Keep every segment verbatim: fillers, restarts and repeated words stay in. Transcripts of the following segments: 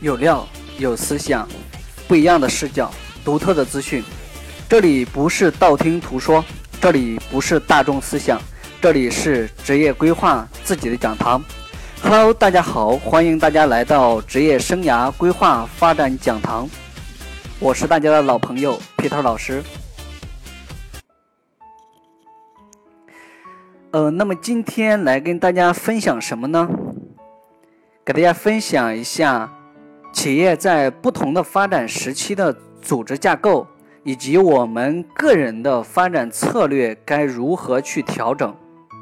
有料，有思想，不一样的视角，独特的资讯。这里不是道听途说，这里不是大众思想，这里是职业规划自己的讲堂。Hello， 大家好，欢迎大家来到职业生涯规划发展讲堂。我是大家的老朋友 Peter 老师。呃，那么今天来跟大家分享什么呢？给大家分享一下企业在不同的发展时期的组织架构，以及我们个人的发展策略该如何去调整。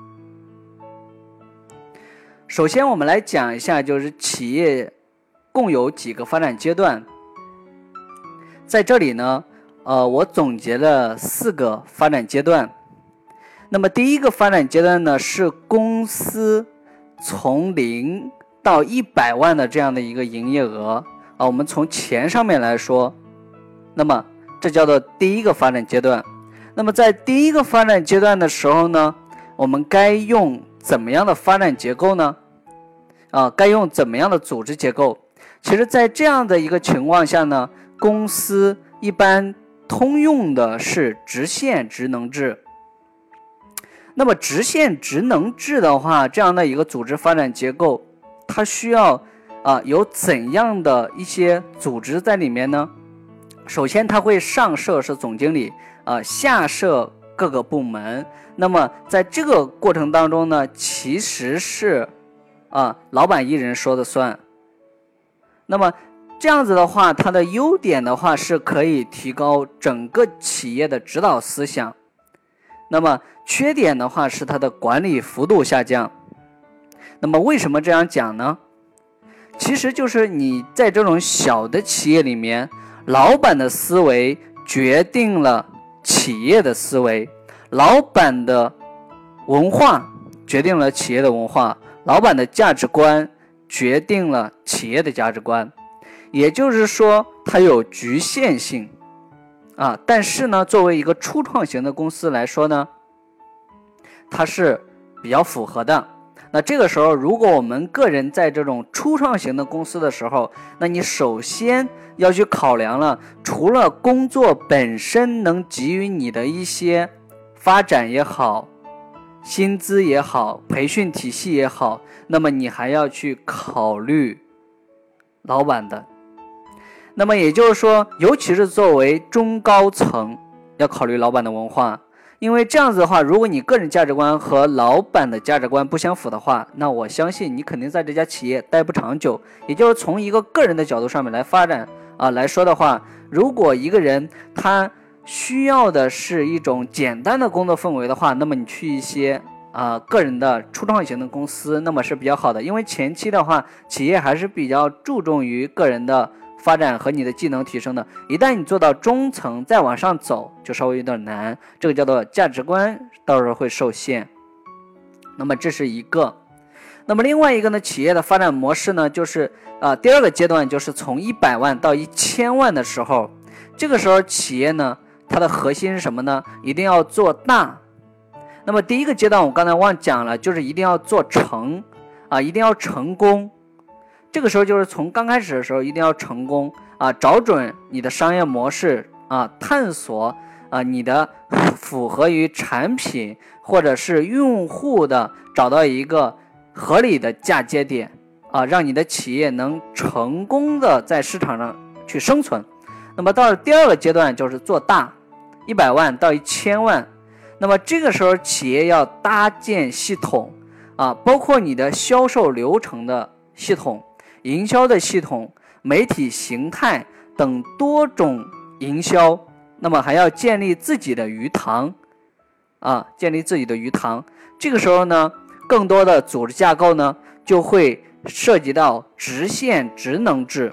首先我们来讲一下，就是企业共有几个发展阶段。在这里呢，呃，我总结了四个发展阶段。那么第一个发展阶段呢，是公司从零到一百万的这样的一个营业额啊，我们从钱上面来说，那么这叫做第一个发展阶段。那么在第一个发展阶段的时候呢，我们该用怎么样的发展结构呢？啊，该用怎么样的组织结构？其实在这样的一个情况下呢，公司一般通用的是直线职能制。那么直线职能制的话，这样的一个组织发展结构，它需要啊有怎样的一些组织在里面呢？首先它会上设是总经理啊，下设各个部门。那么在这个过程当中呢，其实是啊老板一人说的算。那么这样子的话，它的优点的话是可以提高整个企业的指导思想。那么缺点的话是它的管理幅度下降。那么为什么这样讲呢？其实就是你在这种小的企业里面，老板的思维决定了企业的思维，老板的文化决定了企业的文化，老板的价值观决定了企业的价值观。也就是说它有局限性啊，但是呢，作为一个初创型的公司来说呢，它是比较符合的。那这个时候，如果我们个人在这种初创型的公司的时候，那你首先要去考量了，除了工作本身能给予你的一些发展也好，薪资也好，培训体系也好，那么你还要去考虑老板的。那么也就是说，尤其是作为中高层，要考虑老板的文化。因为这样子的话，如果你个人价值观和老板的价值观不相符的话，那我相信你肯定在这家企业待不长久。也就是从一个个人的角度上面来发展啊来说的话，如果一个人他需要的是一种简单的工作氛围的话，那么你去一些啊个人的初创型的公司，那么是比较好的。因为前期的话，企业还是比较注重于个人的发展和你的技能提升的。一旦你做到中层再往上走，就稍微有点难，这个叫做价值观到时候会受限。那么这是一个。那么另外一个呢，企业的发展模式呢，就是呃第二个阶段，就是从一百万到一千万的时候，这个时候企业呢，它的核心是什么呢？一定要做大。那么第一个阶段我刚才忘讲了，就是一定要做成啊，一定要成功。这个时候就是从刚开始的时候一定要成功啊，找准你的商业模式啊，探索啊你的符合于产品或者是用户的，找到一个合理的嫁接点啊，让你的企业能成功的在市场上去生存。那么到了第二个阶段就是做大，一百万到一千万。那么这个时候企业要搭建系统啊，包括你的销售流程的系统、营销的系统、媒体形态等多种营销，那么还要建立自己的鱼塘啊，建立自己的鱼塘。这个时候呢，更多的组织架构呢，就会涉及到直线职能制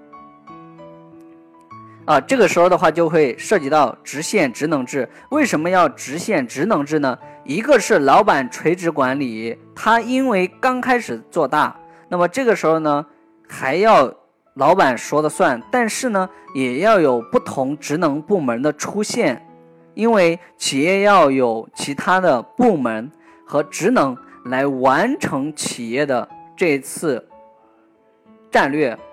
啊，这个时候的话就会涉及到直线职能制。为什么要直线职能制呢？一个是老板垂直管理，他因为刚开始做大，那么这个时候呢，还要老板说了算，但是呢，也要有不同职能部门的出现，因为企业要有其他的部门和职能来完成企业的这次战略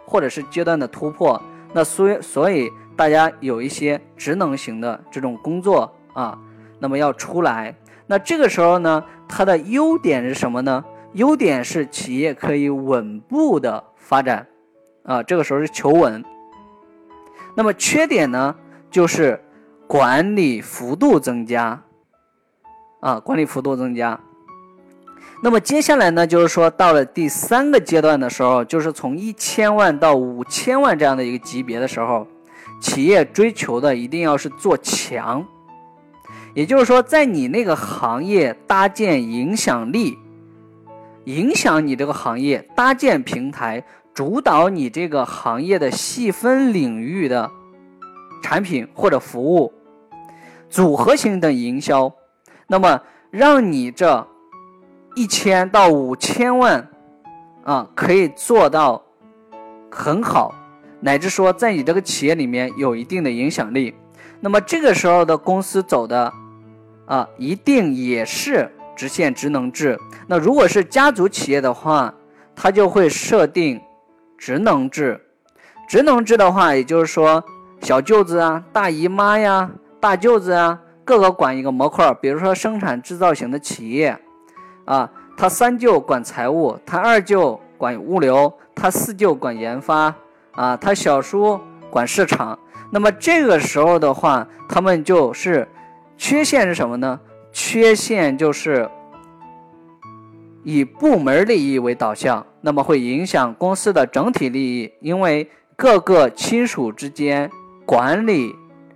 或者是阶段的突破，那所以所以大家有一些职能型的这种工作啊，那么要出来。那这个时候呢，它的优点是什么呢？优点是企业可以稳步的发展啊，这个时候是求稳。那么缺点呢，就是管理幅度增加啊，管理幅度增加。那么接下来呢，就是说到了第三个阶段的时候，就是从一千万到五千万这样的一个级别的时候，企业追求的一定要是做强，也就是说在你那个行业搭建影响力，影响你这个行业，搭建平台，主导你这个行业的细分领域的产品或者服务，组合型的营销，那么让你这一千到五千万啊，可以做到很好，乃至说在你这个企业里面有一定的影响力。那么这个时候的公司走的啊，一定也是直线职能制。那如果是家族企业的话，它就会设定职能制。职能制的话，也就是说小舅子啊、大姨妈呀、大舅子啊，各个管一个模块。比如说生产制造型的企业啊，他三舅管财务，他二舅管物流，他四舅管研发啊，他小叔管市场。那么这个时候的话，他们就是缺陷是什么呢？缺陷就是以部门利益为导向，那么会影响公司的整体利益，因为各个亲属之间管理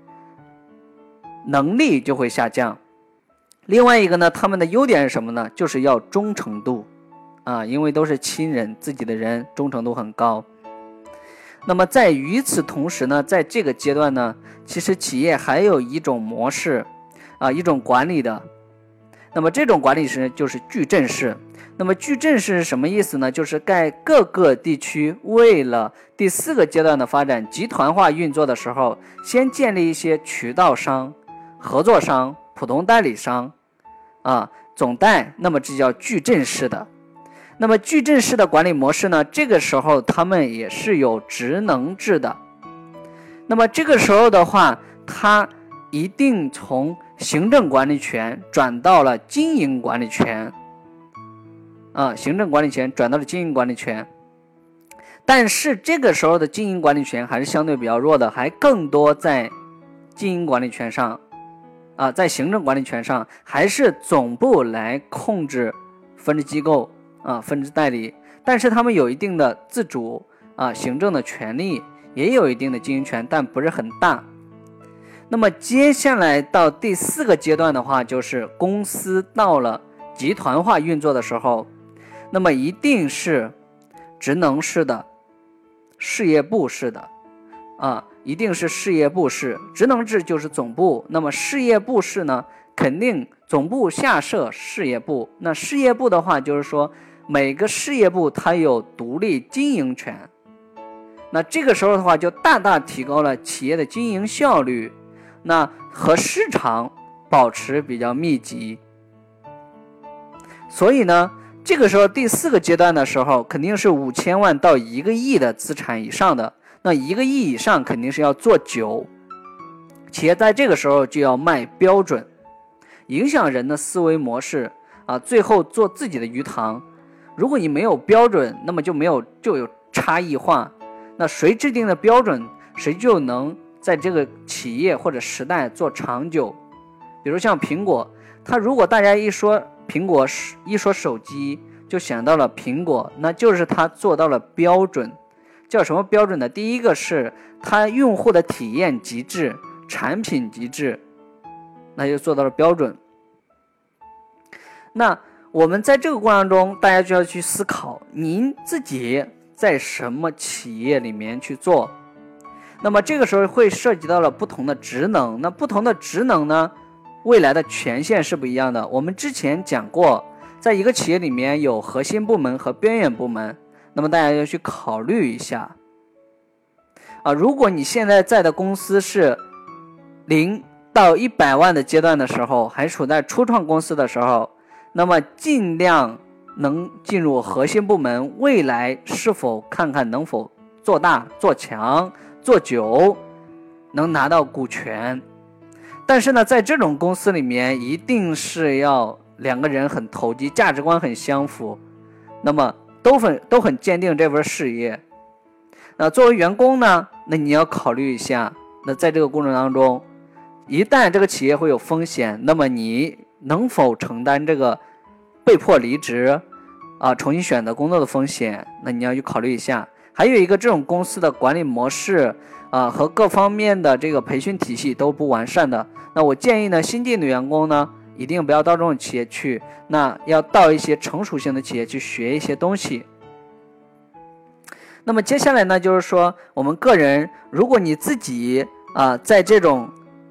能力就会下降。另外一个呢，他们的优点是什么呢？就是要忠诚度啊，因为都是亲人，自己的人，忠诚度很高。那么在与此同时呢，在这个阶段呢，其实企业还有一种模式啊，一种管理的。那么这种管理式就是矩阵式。那么矩阵式是什么意思呢？就是在各个地区为了第四个阶段的发展集团化运作的时候，先建立一些渠道商、合作商、普通代理商啊，总代，那么这叫矩阵式的。那么矩阵式的管理模式呢，这个时候他们也是有职能制的。那么这个时候的话，它一定从行政管理权转到了经营管理权啊，行政管理权转到了经营管理权。但是这个时候的经营管理权还是相对比较弱的，还更多在经营管理权上啊，在行政管理权上还是总部来控制分支机构啊、分支代理，但是他们有一定的自主啊行政的权利，也有一定的经营权，但不是很大。那么接下来到第四个阶段的话，就是公司到了集团化运作的时候，那么一定是职能式的、事业部式的啊，一定是事业部式。职能制就是总部，那么事业部式呢，肯定总部下设事业部。那事业部的话，就是说每个事业部它有独立经营权。那这个时候的话，就大大提高了企业的经营效率，那和市场保持比较密集。所以呢，这个时候第四个阶段的时候，肯定是五千万到一个亿的资产以上的。那一个亿以上肯定是要做久，企业在这个时候就要卖标准，影响人的思维模式啊，最后做自己的鱼塘。如果你没有标准，那么就没有就有差异化。那谁制定的标准，谁就能在这个企业或者时代做长久。比如像苹果，它如果大家一说苹果，一说手机就想到了苹果，那就是它做到了标准。叫什么标准呢？第一个是它用户的体验极致，产品极致，那就做到了标准。那我们在这个过程中，大家就要去思考，您自己在什么企业里面去做。那么这个时候会涉及到了不同的职能，那不同的职能呢，未来的权限是不一样的。我们之前讲过，在一个企业里面有核心部门和边缘部门，那么大家要去考虑一下啊。如果你现在在的公司是零到一百万的阶段的时候，还处在初创公司的时候，那么尽量能进入核心部门，未来是否看看能否做大、做强、做久，能拿到股权。但是呢，在这种公司里面，一定是要两个人很投机，价值观很相符，那么都很都很坚定这份事业。那作为员工呢，那你要考虑一下，那在这个过程当中，一旦这个企业会有风险，那么你能否承担这个被迫离职啊、重新选择工作的风险？那你要去考虑一下。还有一个，这种公司的管理模式啊和各方面的这个培训体系都不完善的，那我建议呢，新进的员工呢，一定不要到这种企业去，那要到一些成熟性的企业去学一些东西。那么接下来呢，就是说我们个人，如果你自己啊、呃、在这种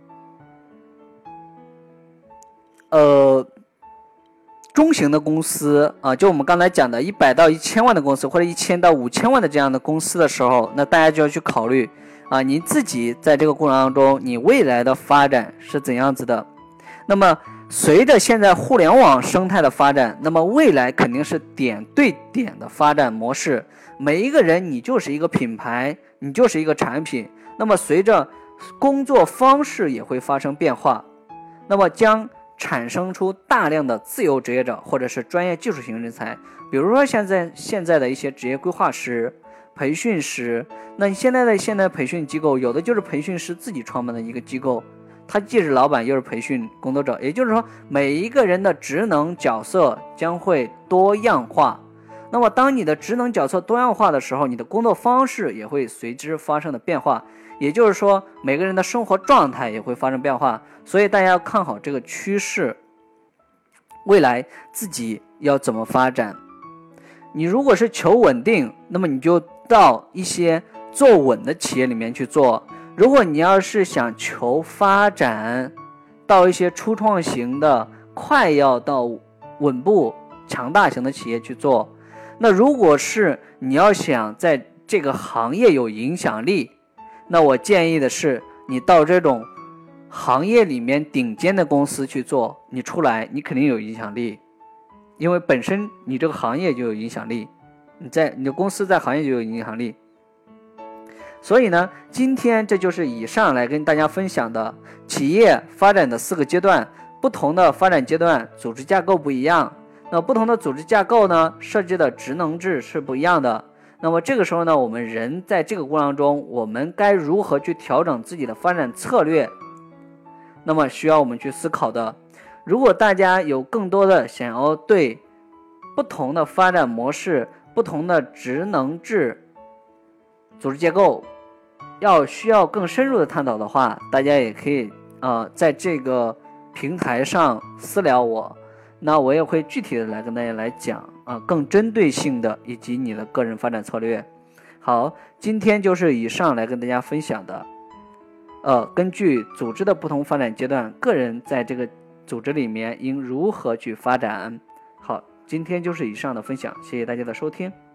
呃中型的公司啊、呃，就我们刚才讲的一百到一千万的公司，或者一千到五千万的这样的公司的时候，那大家就要去考虑啊，你自己在这个过程当中，你未来的发展是怎样子的。那么随着现在互联网生态的发展，那么未来肯定是点对点的发展模式，每一个人你就是一个品牌，你就是一个产品，那么随着工作方式也会发生变化，那么将产生出大量的自由职业者或者是专业技术型人才。比如说现在现在的一些职业规划师、培训师，那现在的现在培训机构有的就是培训师自己创办的一个机构，他既是老板又是培训工作者，也就是说每一个人的职能角色将会多样化。那么当你的职能角色多样化的时候，你的工作方式也会随之发生的变化，也就是说每个人的生活状态也会发生变化。所以大家要看好这个趋势，未来自己要怎么发展。你如果是求稳定，那么你就到一些做稳的企业里面去做。如果你要是想求发展，到一些初创型的快要到稳步强大型的企业去做。那如果是你要想在这个行业有影响力，那我建议的是你到这种行业里面顶尖的公司去做，你出来你肯定有影响力，因为本身你这个行业就有影响力，你在你的公司在行业就有影响力。所以呢，今天这就是以上来跟大家分享的企业发展的四个阶段，不同的发展阶段组织架构不一样，那不同的组织架构呢，设置的职能制是不一样的。那么这个时候呢，我们人在这个过程中，我们该如何去调整自己的发展策略，那么需要我们去思考的。如果大家有更多的想要对不同的发展模式、不同的职能制组织结构要需要更深入的探讨的话，大家也可以呃在这个平台上私聊我，那我也会具体的来跟大家来讲啊、呃，更针对性的以及你的个人发展策略。好，今天就是以上来跟大家分享的，呃，根据组织的不同发展阶段，个人在这个组织里面应如何去发展。好，今天就是以上的分享，谢谢大家的收听。